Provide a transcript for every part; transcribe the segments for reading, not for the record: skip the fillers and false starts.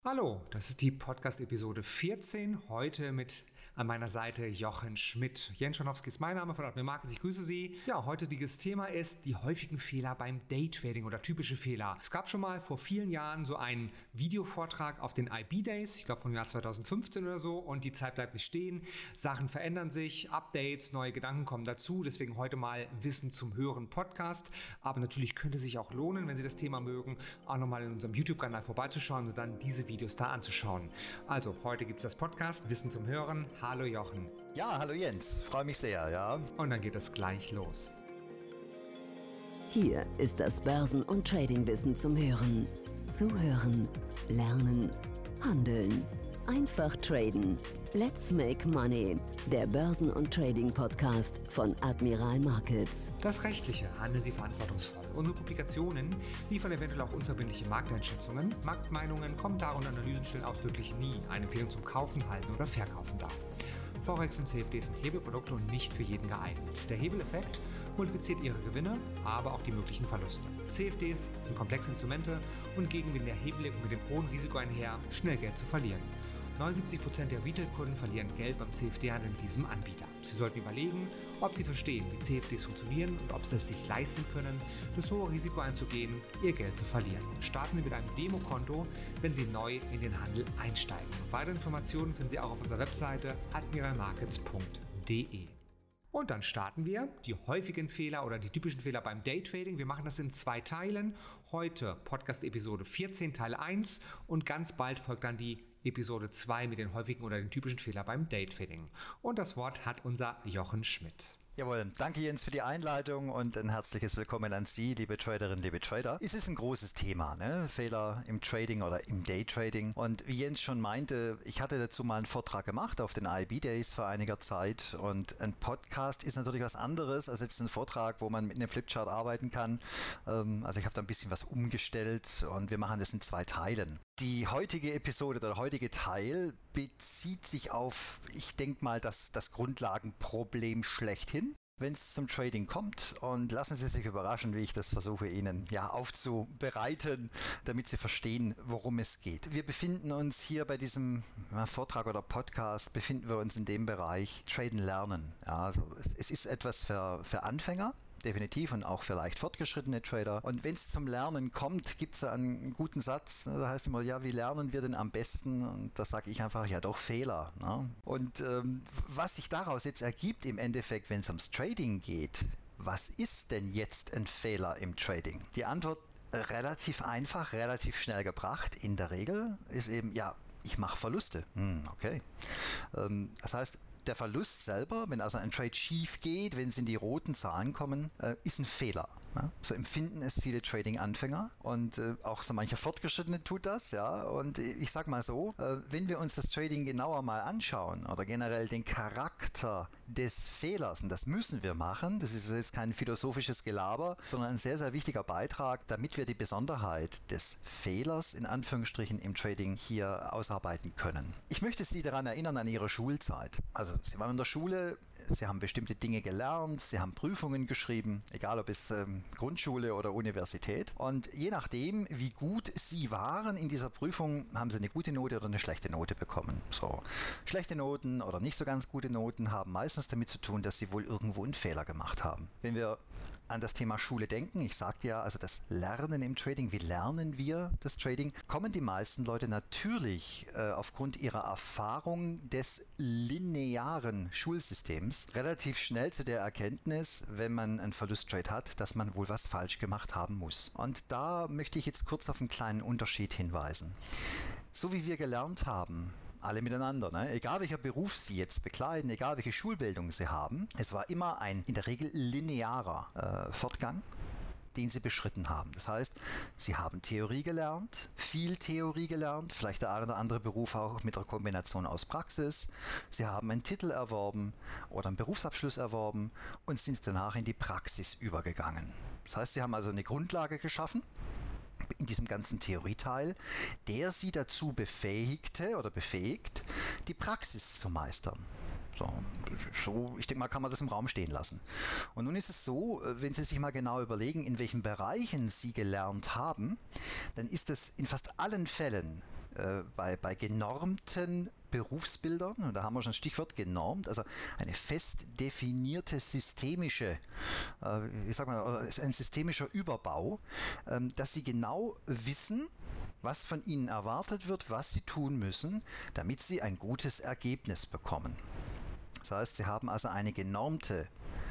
Hallo, das ist die Podcast-Episode 14, heute mit an meiner Seite Jochen Schmidt. Jens Schanowski ist mein Name von Admiral Markets, ich grüße Sie. Ja, heutiges Thema ist die häufigen Fehler beim Daytrading oder typische Fehler. Es gab schon mal vor vielen Jahren so einen Videovortrag auf den IB Days, ich glaube vom Jahr 2015 oder so, und die Zeit bleibt nicht stehen. Sachen verändern sich, Updates, neue Gedanken kommen dazu, deswegen heute mal Wissen zum Hören Podcast. Aber natürlich könnte es sich auch lohnen, wenn Sie das Thema mögen, auch nochmal in unserem YouTube-Kanal vorbeizuschauen und dann diese Videos da anzuschauen. Also, heute gibt es das Podcast Wissen zum Hören. Hallo Jochen. Ja, hallo Jens, freue mich sehr, ja. Und dann geht es gleich los. Hier ist das Börsen- und Tradingwissen zum Hören. Zuhören, lernen, handeln. Einfach traden. Let's make money. Der Börsen- und Trading-Podcast von Admiral Markets. Das Rechtliche handeln Sie verantwortungsvoll. Unsere Publikationen liefern eventuell auch unverbindliche Markteinschätzungen. Marktmeinungen, Kommentare und Analysen stellen ausdrücklich nie eine Empfehlung zum Kaufen, Halten oder Verkaufen dar. Forex und CFDs sind Hebelprodukte und nicht für jeden geeignet. Der Hebeleffekt multipliziert Ihre Gewinne, aber auch die möglichen Verluste. CFDs sind komplexe Instrumente und gehen mit der Hebellegung mit dem hohen Risiko einher, schnell Geld zu verlieren. 79% der Retail-Kunden verlieren Geld beim CFD-Handel mit diesem Anbieter. Sie sollten überlegen, ob Sie verstehen, wie CFDs funktionieren und ob Sie es sich leisten können, das hohe Risiko einzugehen, Ihr Geld zu verlieren. Starten Sie mit einem Demokonto, wenn Sie neu in den Handel einsteigen. Weitere Informationen finden Sie auch auf unserer Webseite admiralmarkets.de. Und dann starten wir die häufigen Fehler oder die typischen Fehler beim Daytrading. Wir machen das in 2 Teilen. Heute Podcast-Episode 14, Teil 1 und ganz bald folgt dann die Episode 2 mit den häufigen oder den typischen Fehler beim Daytrading. Und das Wort hat unser Jochen Schmidt. Jawohl, danke Jens für die Einleitung und ein herzliches Willkommen an Sie, liebe Traderinnen, liebe Trader. Es ist ein großes Thema, ne? Fehler im Trading oder im Daytrading. Und wie Jens schon meinte, ich hatte dazu mal einen Vortrag gemacht auf den IB Days vor einiger Zeit und ein Podcast ist natürlich was anderes als jetzt ein Vortrag, wo man mit einem Flipchart arbeiten kann. Also ich habe da ein bisschen was umgestellt und wir machen das in 2 Teilen. Die heutige Episode, der heutige Teil bezieht sich auf, ich denke mal, das Grundlagenproblem schlechthin, wenn es zum Trading kommt. Und lassen Sie sich überraschen, wie ich das versuche Ihnen aufzubereiten, damit Sie verstehen, worum es geht. Wir befinden uns hier bei diesem Vortrag oder Podcast, befinden wir uns in dem Bereich Traden lernen. Ja, also es ist etwas für Anfänger. Definitiv und auch für leicht fortgeschrittene Trader. Und wenn es zum Lernen kommt, gibt es einen guten Satz, da heißt immer, ja, wie lernen wir denn am besten? Und da sage ich einfach, ja doch Fehler. Ne? Und was sich daraus jetzt ergibt im Endeffekt, wenn es ums Trading geht, was ist denn jetzt ein Fehler im Trading? Die Antwort relativ einfach, relativ schnell gebracht, in der Regel, ist eben, ja, ich mache Verluste. Okay. Das heißt, der Verlust selber, wenn also ein Trade schief geht, wenn es in die roten Zahlen kommen, ist ein Fehler. Ja? So empfinden es viele Trading-Anfänger und auch so mancher Fortgeschrittene tut das. Ja? Und ich sag mal so, wenn wir uns das Trading genauer mal anschauen oder generell den Charakter des Fehlers, und das müssen wir machen, das ist jetzt kein philosophisches Gelaber, sondern ein sehr, sehr wichtiger Beitrag, damit wir die Besonderheit des Fehlers in Anführungsstrichen im Trading hier ausarbeiten können. Ich möchte Sie daran erinnern an Ihre Schulzeit. Also Sie waren in der Schule, Sie haben bestimmte Dinge gelernt, Sie haben Prüfungen geschrieben, egal ob es Grundschule oder Universität. Und je nachdem, wie gut Sie waren in dieser Prüfung, haben Sie eine gute Note oder eine schlechte Note bekommen. So, schlechte Noten oder nicht so ganz gute Noten haben meistens damit zu tun, dass Sie wohl irgendwo einen Fehler gemacht haben. Wenn wir an das Thema Schule denken, ich sagte ja, also das Lernen im Trading, wie lernen wir das Trading, kommen die meisten Leute natürlich aufgrund ihrer Erfahrung des linearen Schulsystems relativ schnell zu der Erkenntnis, wenn man einen Verlusttrade hat, dass man wohl was falsch gemacht haben muss. Und da möchte ich jetzt kurz auf einen kleinen Unterschied hinweisen. So wie wir gelernt haben, alle miteinander, ne? Egal welcher Beruf Sie jetzt bekleiden, egal welche Schulbildung Sie haben, es war immer ein in der Regel linearer Fortgang, den Sie beschritten haben. Das heißt, Sie haben Theorie gelernt, viel Theorie gelernt, vielleicht der eine oder andere Beruf auch mit einer Kombination aus Praxis. Sie haben einen Titel erworben oder einen Berufsabschluss erworben und sind danach in die Praxis übergegangen. Das heißt, Sie haben also eine Grundlage geschaffen in diesem ganzen Theorieteil, der Sie dazu befähigte oder befähigt, die Praxis zu meistern. So, ich denke mal, kann man das im Raum stehen lassen. Und nun ist es so, wenn Sie sich mal genau überlegen, in welchen Bereichen Sie gelernt haben, dann ist es in fast allen Fällen bei genormten Berufsbildern, und da haben wir schon ein Stichwort genormt, also eine fest definierte systemische, ein systemischer Überbau, dass sie genau wissen, was von ihnen erwartet wird, was sie tun müssen, damit sie ein gutes Ergebnis bekommen. Das heißt, sie haben also eine genormte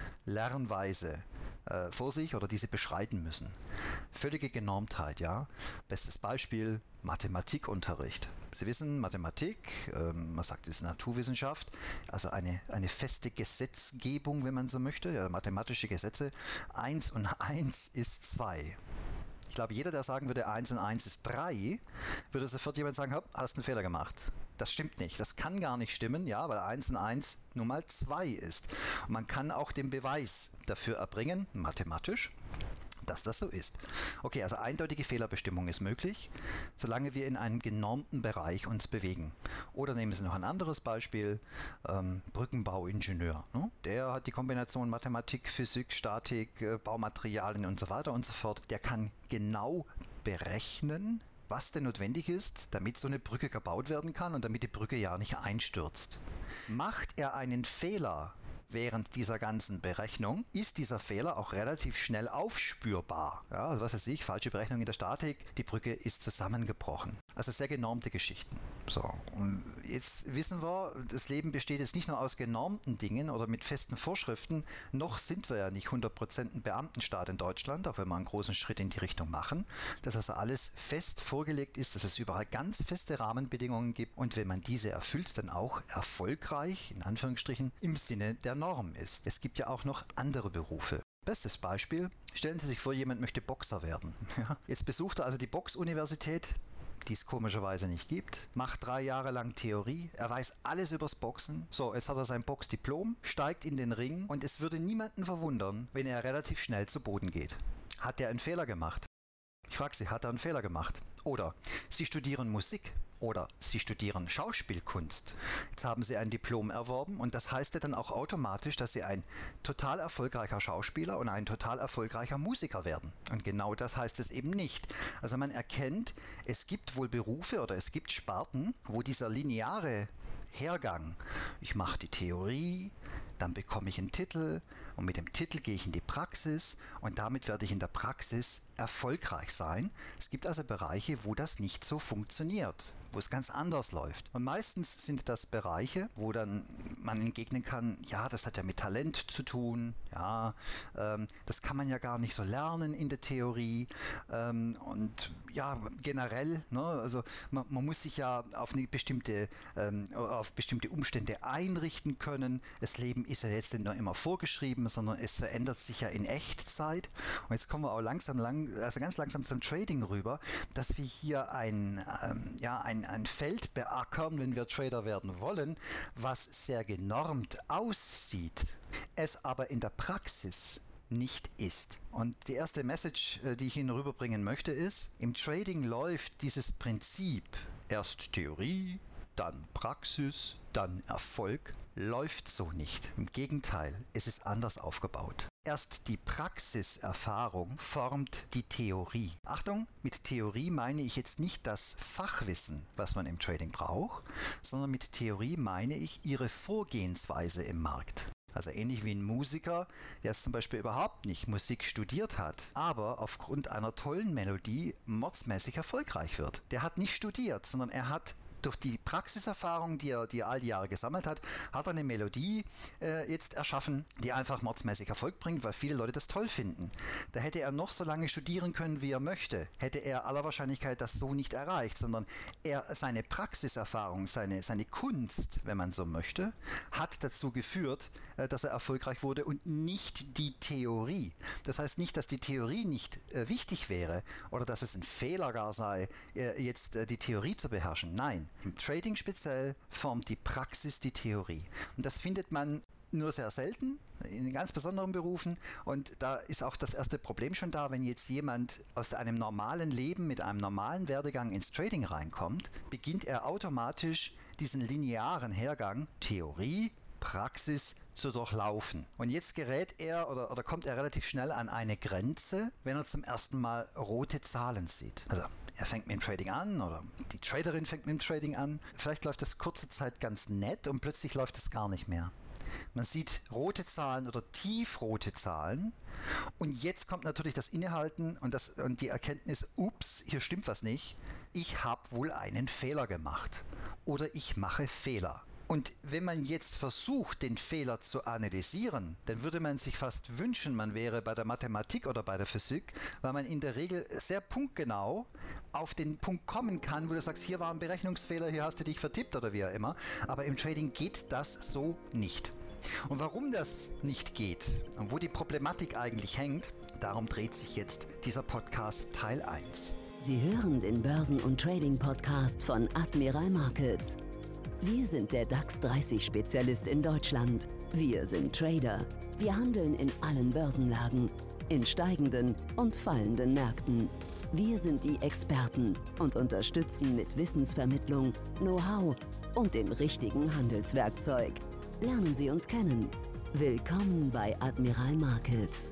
Lernweise vor sich oder die sie beschreiten müssen. Völlige Genormtheit, ja. Bestes Beispiel, Mathematikunterricht. Sie wissen, Mathematik, man sagt, es ist Naturwissenschaft, also eine feste Gesetzgebung, wenn man so möchte, ja, mathematische Gesetze. 1 und 1 ist 2. Ich glaube, jeder, der sagen würde, 1 und 1 ist 3, würde sofort jemand sagen, hopp, hast einen Fehler gemacht. Das stimmt nicht. Das kann gar nicht stimmen, ja, weil 1 und 1 nun mal 2 ist. Und man kann auch den Beweis dafür erbringen, mathematisch, dass das so ist. Okay, also eindeutige Fehlerbestimmung ist möglich, solange wir in einem genormten Bereich uns bewegen. Oder nehmen Sie noch ein anderes Beispiel, Brückenbauingenieur. Ne? Der hat die Kombination Mathematik, Physik, Statik, Baumaterialien und so weiter und so fort. Der kann genau berechnen, was denn notwendig ist, damit so eine Brücke gebaut werden kann und damit die Brücke ja nicht einstürzt. Macht er einen Fehler während dieser ganzen Berechnung, ist dieser Fehler auch relativ schnell aufspürbar. Ja, also was weiß ich, falsche Berechnung in der Statik, die Brücke ist zusammengebrochen. Also sehr genormte Geschichten. So, und jetzt wissen wir, das Leben besteht jetzt nicht nur aus genormten Dingen oder mit festen Vorschriften, noch sind wir ja nicht 100% ein Beamtenstaat in Deutschland, auch wenn wir einen großen Schritt in die Richtung machen, dass also alles fest vorgelegt ist, dass es überall ganz feste Rahmenbedingungen gibt und wenn man diese erfüllt, dann auch erfolgreich, in Anführungsstrichen, im Sinne der Norm ist. Es gibt ja auch noch andere Berufe. Bestes Beispiel, stellen Sie sich vor, jemand möchte Boxer werden. Ja, jetzt besucht er also die Box-Universität, die es komischerweise nicht gibt, macht 3 Jahre lang Theorie, er weiß alles übers Boxen. So, jetzt hat er sein Boxdiplom, steigt in den Ring und es würde niemanden verwundern, wenn er relativ schnell zu Boden geht. Hat er einen Fehler gemacht? Ich frage Sie, hat er einen Fehler gemacht? Oder Sie studieren Musik. Oder Sie studieren Schauspielkunst. Jetzt haben Sie ein Diplom erworben und das heißt ja dann auch automatisch, dass Sie ein total erfolgreicher Schauspieler und ein total erfolgreicher Musiker werden. Und genau das heißt es eben nicht. Also man erkennt, es gibt wohl Berufe oder es gibt Sparten, wo dieser lineare Hergang, ich mache die Theorie, dann bekomme ich einen Titel und mit dem Titel gehe ich in die Praxis und damit werde ich in der Praxis erfolgreich sein. Es gibt also Bereiche, wo das nicht so funktioniert, wo es ganz anders läuft. Und meistens sind das Bereiche, wo dann man entgegnen kann, ja, das hat ja mit Talent zu tun, ja, das kann man ja gar nicht so lernen in der Theorie und ja, generell, ne, also man muss sich ja auf eine bestimmte Umstände einrichten können. Das Leben ist ja jetzt nicht nur immer vorgeschrieben, sondern es verändert sich ja in Echtzeit. Und jetzt kommen wir auch ganz langsam zum Trading rüber, dass wir hier ein Feld beackern, wenn wir Trader werden wollen, was sehr genormt aussieht, es aber in der Praxis nicht ist. Und die erste Message, die ich Ihnen rüberbringen möchte, ist, im Trading läuft dieses Prinzip, erst Theorie, dann Praxis, dann Erfolg, läuft so nicht. Im Gegenteil, es ist anders aufgebaut. Erst die Praxiserfahrung formt die Theorie. Achtung, mit Theorie meine ich jetzt nicht das Fachwissen, was man im Trading braucht, sondern mit Theorie meine ich Ihre Vorgehensweise im Markt. Also ähnlich wie ein Musiker, der jetzt zum Beispiel überhaupt nicht Musik studiert hat, aber aufgrund einer tollen Melodie mordsmäßig erfolgreich wird. Der hat nicht studiert, sondern er hat durch die Praxiserfahrung, die er all die Jahre gesammelt hat, hat er eine Melodie jetzt erschaffen, die einfach mordsmäßig Erfolg bringt, weil viele Leute das toll finden. Da hätte er noch so lange studieren können, wie er möchte, hätte er aller Wahrscheinlichkeit das so nicht erreicht, sondern seine Praxiserfahrung, seine Kunst, wenn man so möchte, hat dazu geführt, dass er erfolgreich wurde und nicht die Theorie. Das heißt nicht, dass die Theorie nicht wichtig wäre oder dass es ein Fehler gar sei, jetzt die Theorie zu beherrschen. Nein, im Trading speziell formt die Praxis die Theorie. Und das findet man nur sehr selten, in ganz besonderen Berufen. Und da ist auch das erste Problem schon da, wenn jetzt jemand aus einem normalen Leben mit einem normalen Werdegang ins Trading reinkommt, beginnt er automatisch diesen linearen Hergang Theorie, Praxis zu durchlaufen. Und jetzt gerät er oder kommt er relativ schnell an eine Grenze, wenn er zum ersten Mal rote Zahlen sieht. Also er fängt mit dem Trading an oder die Traderin fängt mit dem Trading an. Vielleicht läuft das kurze Zeit ganz nett und plötzlich läuft es gar nicht mehr. Man sieht rote Zahlen oder tiefrote Zahlen und jetzt kommt natürlich das Innehalten und die Erkenntnis, ups, hier stimmt was nicht. Ich habe wohl einen Fehler gemacht oder ich mache Fehler. Und wenn man jetzt versucht, den Fehler zu analysieren, dann würde man sich fast wünschen, man wäre bei der Mathematik oder bei der Physik, weil man in der Regel sehr punktgenau auf den Punkt kommen kann, wo du sagst, hier war ein Berechnungsfehler, hier hast du dich vertippt oder wie auch immer. Aber im Trading geht das so nicht. Und warum das nicht geht und wo die Problematik eigentlich hängt, darum dreht sich jetzt dieser Podcast Teil 1. Sie hören den Börsen- und Trading-Podcast von Admiral Markets. Wir sind der DAX 30-Spezialist in Deutschland. Wir sind Trader. Wir handeln in allen Börsenlagen, in steigenden und fallenden Märkten. Wir sind die Experten und unterstützen mit Wissensvermittlung, Know-how und dem richtigen Handelswerkzeug. Lernen Sie uns kennen. Willkommen bei Admiral Markets.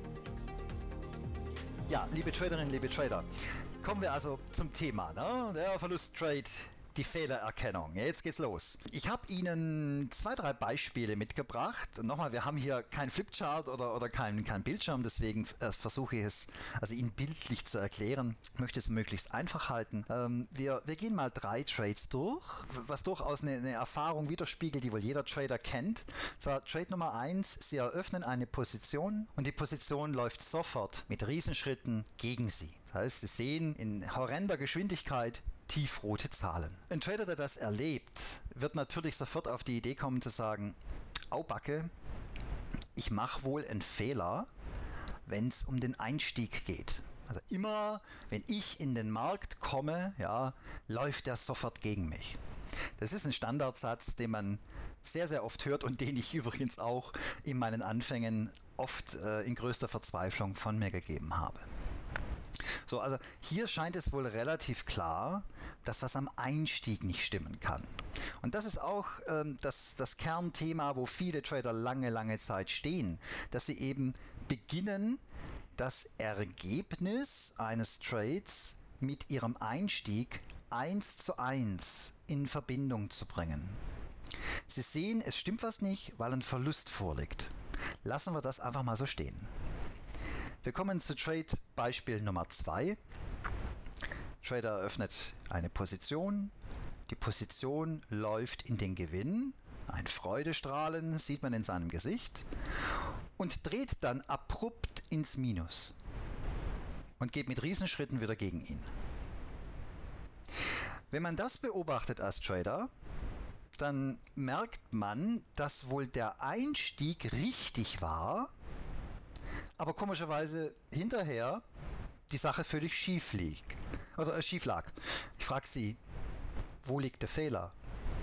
Ja, liebe Traderinnen, liebe Trader, kommen wir also zum Thema, ne? Der Verlusttrade. Die Fehlererkennung. Jetzt geht's los. Ich habe Ihnen 2, 3 Beispiele mitgebracht. Und nochmal, wir haben hier kein Flipchart oder kein Bildschirm, deswegen versuche ich es, also Ihnen bildlich zu erklären. Ich möchte es möglichst einfach halten. Wir gehen mal 3 Trades durch, was durchaus eine Erfahrung widerspiegelt, die wohl jeder Trader kennt. Zwar Trade Nummer 1, Sie eröffnen eine Position und die Position läuft sofort mit Riesenschritten gegen Sie. Das heißt, Sie sehen in horrender Geschwindigkeit tiefrote Zahlen. Ein Trader, der das erlebt, wird natürlich sofort auf die Idee kommen zu sagen, au Backe, ich mache wohl einen Fehler, wenn es um den Einstieg geht. Also immer, wenn ich in den Markt komme, ja, läuft der sofort gegen mich. Das ist ein Standardsatz, den man sehr, sehr oft hört und den ich übrigens auch in meinen Anfängen oft in größter Verzweiflung von mir gegeben habe. So, also hier scheint es wohl relativ klar, dass was am Einstieg nicht stimmen kann. Und das ist auch das Kernthema, wo viele Trader lange Zeit stehen, dass sie eben beginnen, das Ergebnis eines Trades mit ihrem Einstieg 1:1 in Verbindung zu bringen. Sie sehen, es stimmt was nicht, weil ein Verlust vorliegt. Lassen wir das einfach mal so stehen. Wir kommen zu Trade-Beispiel Nummer 2. Trader eröffnet eine Position. Die Position läuft in den Gewinn. Ein Freudestrahlen sieht man in seinem Gesicht. Und dreht dann abrupt ins Minus. Und geht mit Riesenschritten wieder gegen ihn. Wenn man das beobachtet als Trader, dann merkt man, dass wohl der Einstieg richtig war, aber komischerweise hinterher die Sache völlig schief lag. Ich frage Sie, wo liegt der Fehler?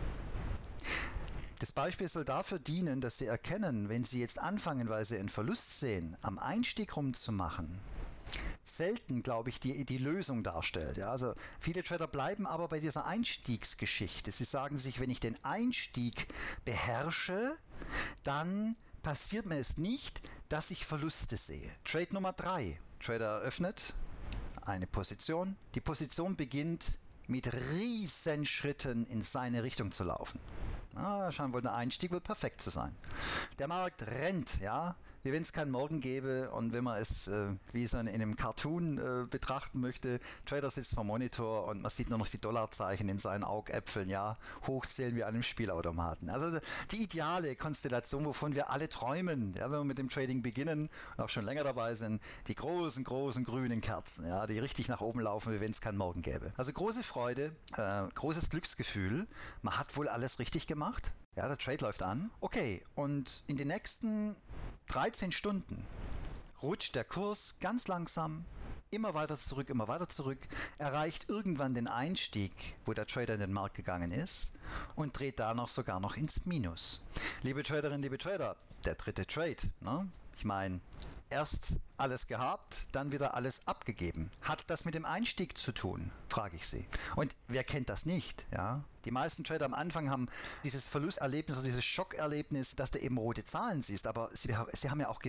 Das Beispiel soll dafür dienen, dass Sie erkennen, wenn Sie jetzt anfangen, weil Sie einen Verlust sehen, am Einstieg rumzumachen, selten, glaube ich, die Lösung darstellt. Ja, also viele Trader bleiben aber bei dieser Einstiegsgeschichte. Sie sagen sich, wenn ich den Einstieg beherrsche, dann passiert mir es nicht, dass ich Verluste sehe. Trade Nummer 3. Trader eröffnet eine Position. Die Position beginnt mit Riesenschritten in seine Richtung zu laufen. Scheint wohl der Einstieg wohl perfekt zu sein. Der Markt rennt, ja, wie wenn es keinen Morgen gäbe und wenn man es wie so in einem Cartoon betrachten möchte, Trader sitzt vor Monitor und man sieht nur noch die Dollarzeichen in seinen Augäpfeln, ja, hochzählen wie an einem Spielautomaten. Also die ideale Konstellation, wovon wir alle träumen, ja, wenn wir mit dem Trading beginnen und auch schon länger dabei sind, die großen grünen Kerzen, ja, die richtig nach oben laufen, wie wenn es keinen Morgen gäbe. Also große Freude, großes Glücksgefühl, man hat wohl alles richtig gemacht. Ja, der Trade läuft an. Okay, und in den nächsten 13 Stunden rutscht der Kurs ganz langsam immer weiter zurück, erreicht irgendwann den Einstieg, wo der Trader in den Markt gegangen ist und dreht da sogar noch ins Minus. Liebe Traderinnen, liebe Trader, der dritte Trade, ne? Ich meine, erst alles gehabt, dann wieder alles abgegeben. Hat das mit dem Einstieg zu tun, frage ich Sie. Und wer kennt das nicht? Ja? Die meisten Trader am Anfang haben dieses Verlusterlebnis oder dieses Schockerlebnis, dass du eben rote Zahlen siehst, aber sie haben ja auch Gewinne.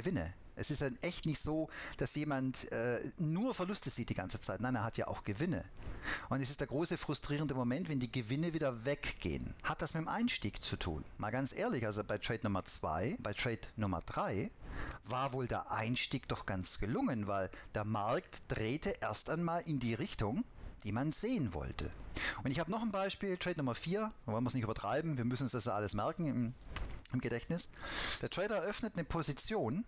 Es ist dann echt nicht so, dass jemand nur Verluste sieht die ganze Zeit. Nein, er hat ja auch Gewinne. Und es ist der große frustrierende Moment, wenn die Gewinne wieder weggehen. Hat das mit dem Einstieg zu tun? Mal ganz ehrlich, also bei Trade Nummer 2, bei Trade Nummer 3 war wohl der Einstieg doch ganz gelungen, weil der Markt drehte erst einmal in die Richtung, die man sehen wollte. Und ich habe noch ein Beispiel, Trade Nummer 4, da wollen wir es nicht übertreiben, wir müssen uns das alles merken im Gedächtnis. Der Trader eröffnet eine Position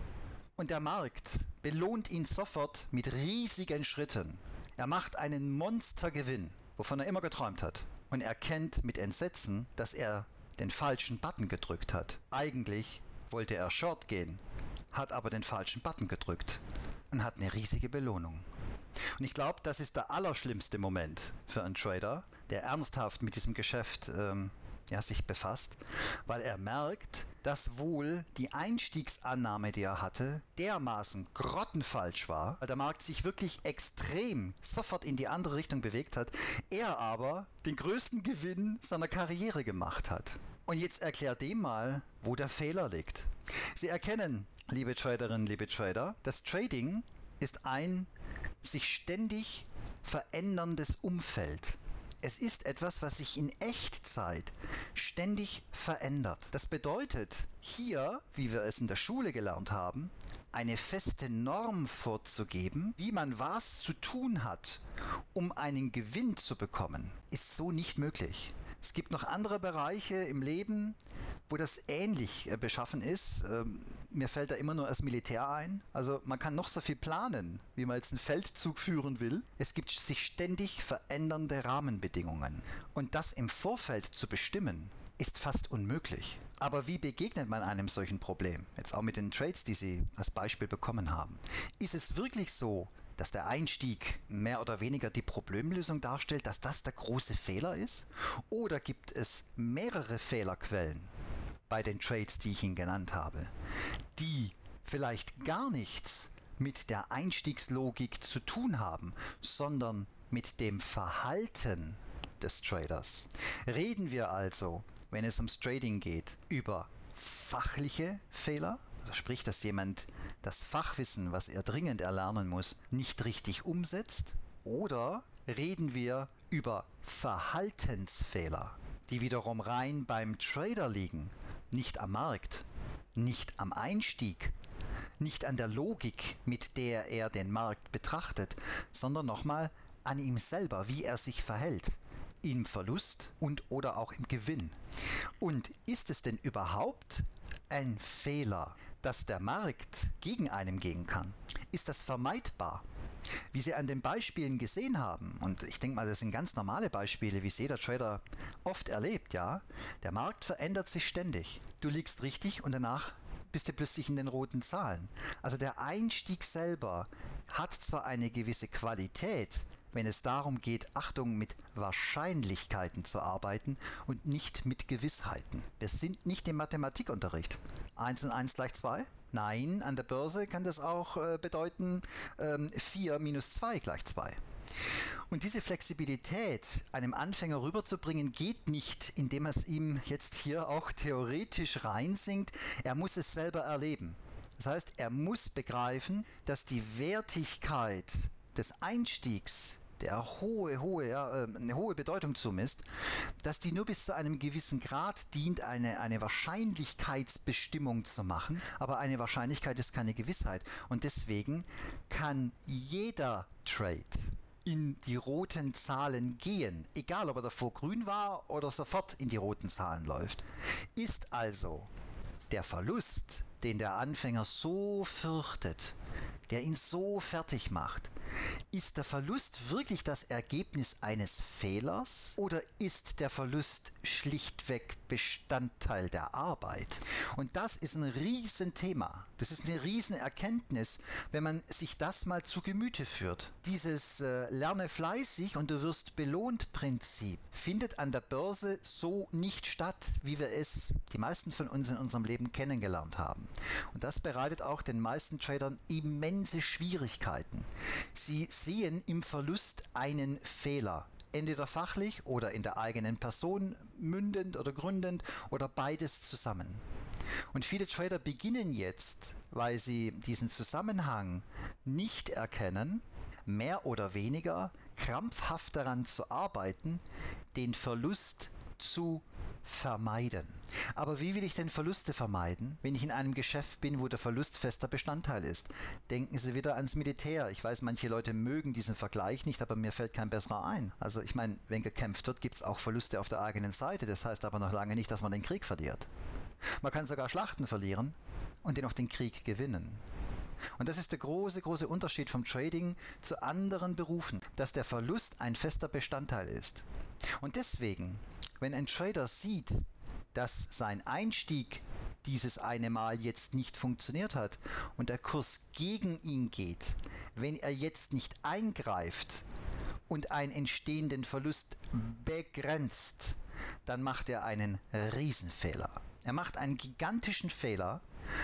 und der Markt belohnt ihn sofort mit riesigen Schritten. Er macht einen Monstergewinn, wovon er immer geträumt hat. Und erkennt mit Entsetzen, dass er den falschen Button gedrückt hat. Eigentlich wollte er Short gehen, hat aber den falschen Button gedrückt und hat eine riesige Belohnung. Und ich glaube, das ist der allerschlimmste Moment für einen Trader, der ernsthaft mit diesem Geschäft sich befasst, weil er merkt, dass wohl die Einstiegsannahme, die er hatte, dermaßen grottenfalsch war, weil der Markt sich wirklich extrem sofort in die andere Richtung bewegt hat, er aber den größten Gewinn seiner Karriere gemacht hat. Und jetzt erklärt dem mal, wo der Fehler liegt. Sie erkennen, liebe Traderinnen, liebe Trader, das Trading ist ein sich ständig veränderndes Umfeld. Es ist etwas, was sich in Echtzeit ständig verändert. Das bedeutet, hier, wie wir es in der Schule gelernt haben, eine feste Norm vorzugeben, wie man was zu tun hat, um einen Gewinn zu bekommen, ist so nicht möglich. Es gibt noch andere Bereiche im Leben, wo das ähnlich beschaffen ist. Mir fällt da immer nur das Militär ein. Also man kann noch so viel planen, wie man jetzt einen Feldzug führen will. Es gibt sich ständig verändernde Rahmenbedingungen. Und das im Vorfeld zu bestimmen, ist fast unmöglich. Aber wie begegnet man einem solchen Problem? Jetzt auch mit den Trades, die Sie als Beispiel bekommen haben. Ist es wirklich so, dass der Einstieg mehr oder weniger die Problemlösung darstellt, dass das der große Fehler ist? Oder gibt es mehrere Fehlerquellen bei den Trades, die ich Ihnen genannt habe, die vielleicht gar nichts mit der Einstiegslogik zu tun haben, sondern mit dem Verhalten des Traders? Reden wir also, wenn es ums Trading geht, über fachliche Fehler? Also sprich, dass jemand das Fachwissen, was er dringend erlernen muss, nicht richtig umsetzt? Oder reden wir über Verhaltensfehler, die wiederum rein beim Trader liegen, nicht am Markt, nicht am Einstieg, nicht an der Logik, mit der er den Markt betrachtet, sondern nochmal an ihm selber, wie er sich verhält, im Verlust und oder auch im Gewinn. Und ist es denn überhaupt ein Fehler, dass der Markt gegen einen gehen kann? Ist das vermeidbar? Wie Sie an den Beispielen gesehen haben, und ich denke mal, das sind ganz normale Beispiele, wie es jeder Trader oft erlebt, ja, der Markt verändert sich ständig. Du liegst richtig und danach bist du plötzlich in den roten Zahlen. Also der Einstieg selber hat zwar eine gewisse Qualität, wenn es darum geht, Achtung, mit Wahrscheinlichkeiten zu arbeiten und nicht mit Gewissheiten. Wir sind nicht im Mathematikunterricht. 1 und 1 gleich 2? Nein, an der Börse kann das auch bedeuten 4 minus 2 gleich 2. Und diese Flexibilität einem Anfänger rüberzubringen, geht nicht, indem er es ihm jetzt hier auch theoretisch reinsingt. Er muss es selber erleben. Das heißt, er muss begreifen, dass die Wertigkeit des Einstiegs, der eine hohe Bedeutung zumisst, dass die nur bis zu einem gewissen Grad dient, eine Wahrscheinlichkeitsbestimmung zu machen, aber eine Wahrscheinlichkeit ist keine Gewissheit. Und deswegen kann jeder Trade in die roten Zahlen gehen, egal ob er davor grün war oder sofort in die roten Zahlen läuft. Ist also der Verlust, den der Anfänger so fürchtet, der ihn so fertig macht, ist der Verlust wirklich das Ergebnis eines Fehlers oder ist der Verlust schlichtweg Bestandteil der Arbeit? Und das ist ein Riesenthema. Das ist eine Riesenerkenntnis, wenn man sich das mal zu Gemüte führt. Dieses Lerne fleißig und du wirst belohnt Prinzip findet an der Börse so nicht statt, wie wir es, die meisten von uns in unserem Leben kennengelernt haben. Und das bereitet auch den meisten Tradern immense Schwierigkeiten. Sie sehen im Verlust einen Fehler, entweder fachlich oder in der eigenen Person mündend oder gründend oder beides zusammen. Und viele Trader beginnen jetzt, weil sie diesen Zusammenhang nicht erkennen, mehr oder weniger krampfhaft daran zu arbeiten, den Verlust zu vermeiden. Aber wie will ich denn Verluste vermeiden, wenn ich in einem Geschäft bin, wo der Verlust fester Bestandteil ist? Denken Sie wieder ans Militär. Ich weiß, manche Leute mögen diesen Vergleich nicht, aber mir fällt kein besserer ein. Also ich meine, wenn gekämpft wird, gibt es auch Verluste auf der eigenen Seite. Das heißt aber noch lange nicht, dass man den Krieg verliert. Man kann sogar Schlachten verlieren und dennoch den Krieg gewinnen. Und das ist der große, große Unterschied vom Trading zu anderen Berufen, dass der Verlust ein fester Bestandteil ist. Und deswegen, wenn ein Trader sieht, dass sein Einstieg dieses eine Mal jetzt nicht funktioniert hat und der Kurs gegen ihn geht, wenn er jetzt nicht eingreift und einen entstehenden Verlust begrenzt, dann macht er einen Riesenfehler. Er macht einen gigantischen Fehler,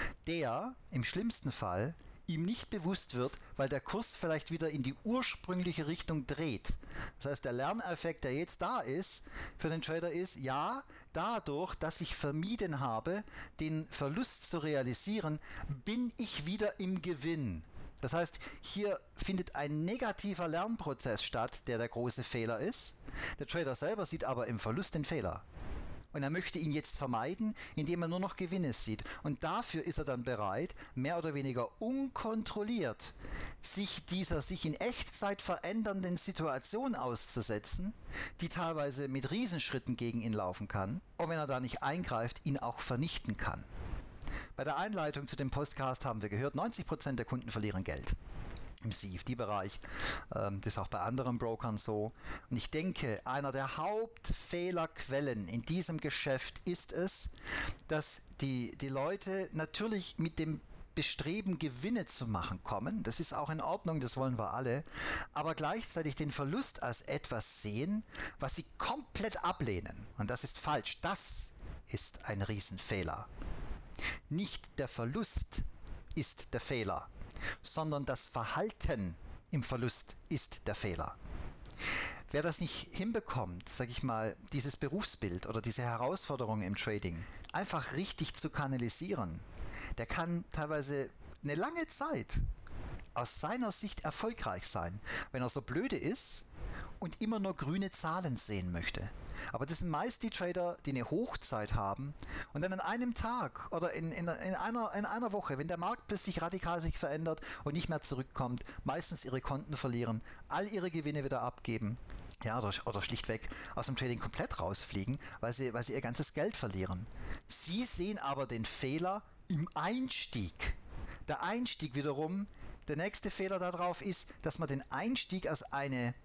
der im schlimmsten Fall ihm nicht bewusst wird, weil der Kurs vielleicht wieder in die ursprüngliche Richtung dreht. Das heißt, der Lerneffekt, der jetzt da ist, für den Trader ist, ja, dadurch, dass ich vermieden habe, den Verlust zu realisieren, bin ich wieder im Gewinn. Das heißt, hier findet ein negativer Lernprozess statt, der große Fehler ist. Der Trader selber sieht aber im Verlust den Fehler. Und er möchte ihn jetzt vermeiden, indem er nur noch Gewinne sieht. Und dafür ist er dann bereit, mehr oder weniger unkontrolliert sich dieser sich in Echtzeit verändernden Situation auszusetzen, die teilweise mit Riesenschritten gegen ihn laufen kann. Und wenn er da nicht eingreift, ihn auch vernichten kann. Bei der Einleitung zu dem Podcast haben wir gehört, 90% der Kunden verlieren Geld. Im CFD-Bereich, das ist auch bei anderen Brokern so. Und ich denke, einer der Hauptfehlerquellen in diesem Geschäft ist es, dass die Leute natürlich mit dem Bestreben, Gewinne zu machen, kommen. Das ist auch in Ordnung, das wollen wir alle. Aber gleichzeitig den Verlust als etwas sehen, was sie komplett ablehnen. Und das ist falsch. Das ist ein Riesenfehler. Nicht der Verlust ist der Fehler, sondern das Verhalten im Verlust ist der Fehler. Wer das nicht hinbekommt, sage ich mal, dieses Berufsbild oder diese Herausforderung im Trading einfach richtig zu kanalisieren, der kann teilweise eine lange Zeit aus seiner Sicht erfolgreich sein, wenn er so blöde ist und immer nur grüne Zahlen sehen möchte. Aber das sind meist die Trader, die eine Hochzeit haben und dann an einem Tag oder in einer Woche, wenn der Markt plötzlich radikal sich verändert und nicht mehr zurückkommt, meistens ihre Konten verlieren, all ihre Gewinne wieder abgeben, ja, oder schlichtweg aus dem Trading komplett rausfliegen, weil sie ihr ganzes Geld verlieren. Sie sehen aber den Fehler im Einstieg. Der Einstieg wiederum, der nächste Fehler darauf ist, dass man den Einstieg als eine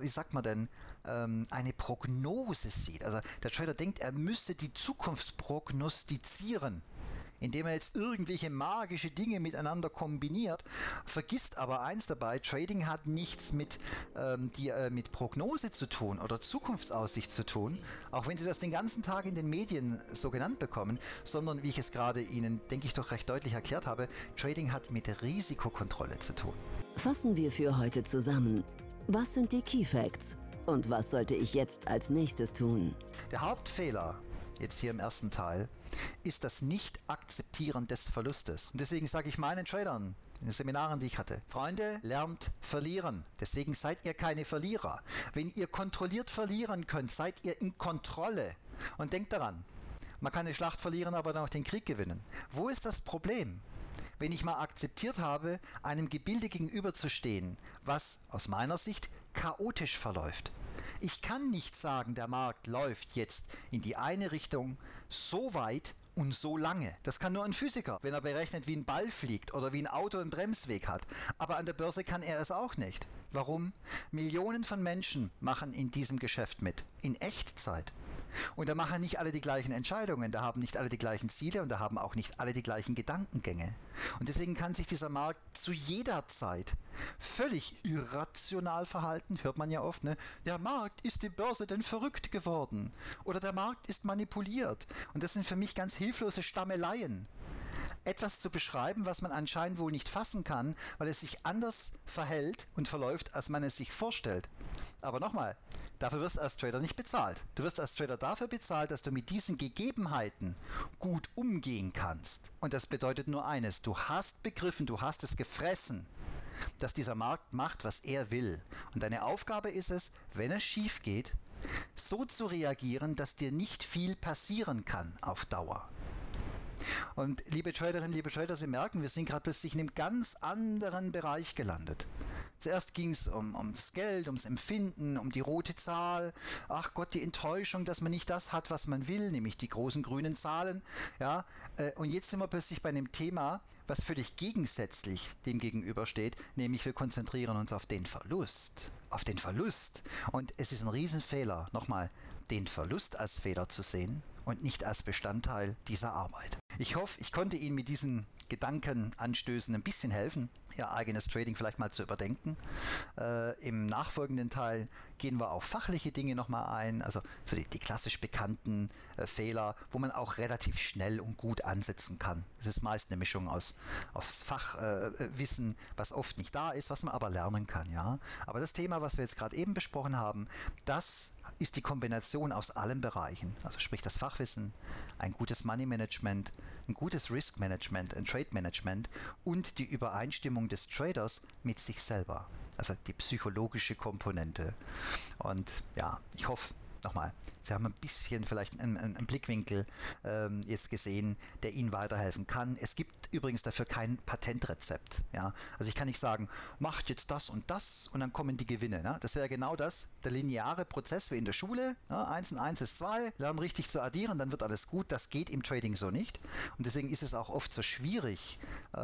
Prognose sieht. Also der Trader denkt, er müsse die Zukunft prognostizieren, indem er jetzt irgendwelche magische Dinge miteinander kombiniert, vergisst aber eins dabei, Trading hat nichts mit Prognose zu tun oder Zukunftsaussicht zu tun, auch wenn Sie das den ganzen Tag in den Medien so genannt bekommen, sondern wie ich es gerade Ihnen, denke ich, doch recht deutlich erklärt habe, Trading hat mit Risikokontrolle zu tun. Fassen wir für heute zusammen. Was sind die Key Facts? Und was sollte ich jetzt als nächstes tun? Der Hauptfehler, jetzt hier im ersten Teil, ist das Nicht-Akzeptieren des Verlustes. Und deswegen sage ich meinen Tradern in den Seminaren, die ich hatte, Freunde, lernt verlieren. Deswegen seid ihr keine Verlierer. Wenn ihr kontrolliert verlieren könnt, seid ihr in Kontrolle. Und denkt daran, man kann eine Schlacht verlieren, aber dann auch den Krieg gewinnen. Wo ist das Problem? Wenn ich mal akzeptiert habe, einem Gebilde gegenüberzustehen, was aus meiner Sicht chaotisch verläuft. Ich kann nicht sagen, der Markt läuft jetzt in die eine Richtung so weit und so lange. Das kann nur ein Physiker, wenn er berechnet, wie ein Ball fliegt oder wie ein Auto einen Bremsweg hat. Aber an der Börse kann er es auch nicht. Warum? Millionen von Menschen machen in diesem Geschäft mit, in Echtzeit. Und da machen nicht alle die gleichen Entscheidungen, da haben nicht alle die gleichen Ziele und da haben auch nicht alle die gleichen Gedankengänge. Und deswegen kann sich dieser Markt zu jeder Zeit völlig irrational verhalten, hört man ja oft, ne? Der Markt, ist die Börse denn verrückt geworden? Oder der Markt ist manipuliert. Und das sind für mich ganz hilflose Stammeleien. Etwas zu beschreiben, was man anscheinend wohl nicht fassen kann, weil es sich anders verhält und verläuft, als man es sich vorstellt. Aber nochmal, Dafür wirst du als Trader nicht bezahlt. Du wirst als Trader dafür bezahlt, dass du mit diesen Gegebenheiten gut umgehen kannst. Und das bedeutet nur eines, du hast begriffen, du hast es gefressen, dass dieser Markt macht, was er will. Und deine Aufgabe ist es, wenn es schief geht, so zu reagieren, dass dir nicht viel passieren kann auf Dauer. Und liebe Traderinnen, liebe Trader, Sie merken, wir sind gerade plötzlich in einem ganz anderen Bereich gelandet. Zuerst ging es ums Geld, ums Empfinden, um die rote Zahl. Ach Gott, die Enttäuschung, dass man nicht das hat, was man will, nämlich die großen grünen Zahlen. Ja, und jetzt sind wir plötzlich bei einem Thema, was völlig gegensätzlich dem gegenübersteht, nämlich wir konzentrieren uns auf den Verlust. Auf den Verlust. Und es ist ein Riesenfehler, nochmal, den Verlust als Fehler zu sehen und nicht als Bestandteil dieser Arbeit. Ich hoffe, ich konnte Ihnen mit diesen Gedankenanstößen ein bisschen helfen, Ihr eigenes Trading vielleicht mal zu überdenken. Im nachfolgenden Teil gehen wir auf fachliche Dinge nochmal ein, also so die klassisch bekannten Fehler, wo man auch relativ schnell und gut ansetzen kann. Es ist meist eine Mischung aus Fachwissen, was oft nicht da ist, was man aber lernen kann. Ja? Aber das Thema, was wir jetzt gerade eben besprochen haben, das ist die Kombination aus allen Bereichen, also sprich das Fachwissen, ein gutes Money Management, ein gutes Risk Management, ein Trade Management und die Übereinstimmung des Traders mit sich selber, also die psychologische Komponente. Und ja, ich hoffe, nochmal, Sie haben ein bisschen vielleicht einen Blickwinkel jetzt gesehen, der Ihnen weiterhelfen kann. Es gibt übrigens dafür kein Patentrezept. Ja? Also ich kann nicht sagen, macht jetzt das und dann kommen die Gewinne. Ne? Das wäre genau das, der lineare Prozess wie in der Schule. Ne? 1 und 1 ist 2, lernen richtig zu addieren, dann wird alles gut. Das geht im Trading so nicht. Und deswegen ist es auch oft so schwierig,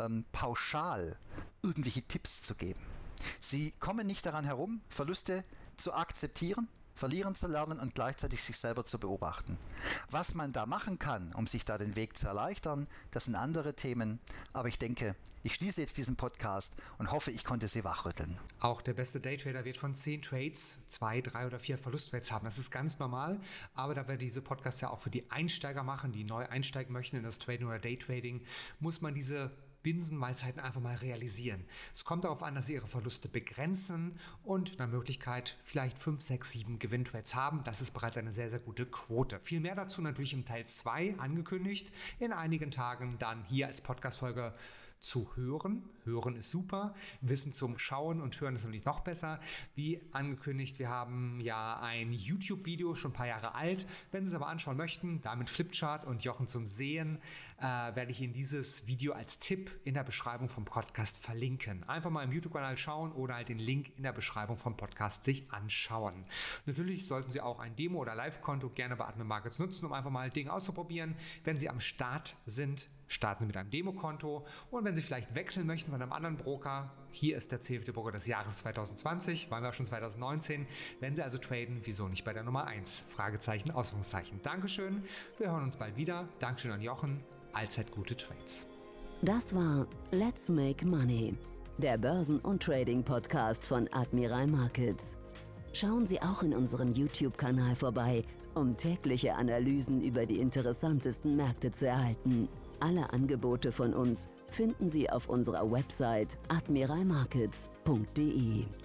pauschal irgendwelche Tipps zu geben. Sie kommen nicht daran herum, Verluste zu akzeptieren, verlieren zu lernen und gleichzeitig sich selber zu beobachten. Was man da machen kann, um sich da den Weg zu erleichtern, das sind andere Themen. Aber ich denke, ich schließe jetzt diesen Podcast und hoffe, ich konnte Sie wachrütteln. Auch der beste Daytrader wird von 10 Trades 2, 3 oder 4 Verlusttrades haben. Das ist ganz normal. Aber da wir diese Podcasts ja auch für die Einsteiger machen, die neu einsteigen möchten in das Trading oder Daytrading, muss man diese Binsenweisheiten einfach mal realisieren. Es kommt darauf an, dass Sie Ihre Verluste begrenzen und nach Möglichkeit vielleicht 5, 6, 7 Gewinntrades haben. Das ist bereits eine sehr, sehr gute Quote. Viel mehr dazu natürlich im Teil 2 angekündigt. In einigen Tagen dann hier als Podcast-Folge zu hören. Hören ist super. Wissen zum Schauen und Hören ist natürlich noch besser. Wie angekündigt, wir haben ja ein YouTube-Video, schon ein paar Jahre alt. Wenn Sie es aber anschauen möchten, da mit Flipchart und Jochen zum Sehen, werde ich Ihnen dieses Video als Tipp in der Beschreibung vom Podcast verlinken. Einfach mal im YouTube-Kanal schauen oder halt den Link in der Beschreibung vom Podcast sich anschauen. Natürlich sollten Sie auch ein Demo- oder Live-Konto gerne bei Admin Markets nutzen, um einfach mal Dinge auszuprobieren. Wenn Sie am Start sind, starten Sie mit einem Demokonto und wenn Sie vielleicht wechseln möchten von einem anderen Broker, hier ist der CFD-Broker des Jahres 2020, waren wir auch schon 2019, wenn Sie also traden, wieso nicht bei der Nummer 1? Fragezeichen, Ausrufungszeichen. Dankeschön, wir hören uns bald wieder. Dankeschön an Jochen, allzeit gute Trades. Das war Let's Make Money, der Börsen- und Trading-Podcast von Admiral Markets. Schauen Sie auch in unserem YouTube-Kanal vorbei, um tägliche Analysen über die interessantesten Märkte zu erhalten. Alle Angebote von uns finden Sie auf unserer Website admiralmarkets.de.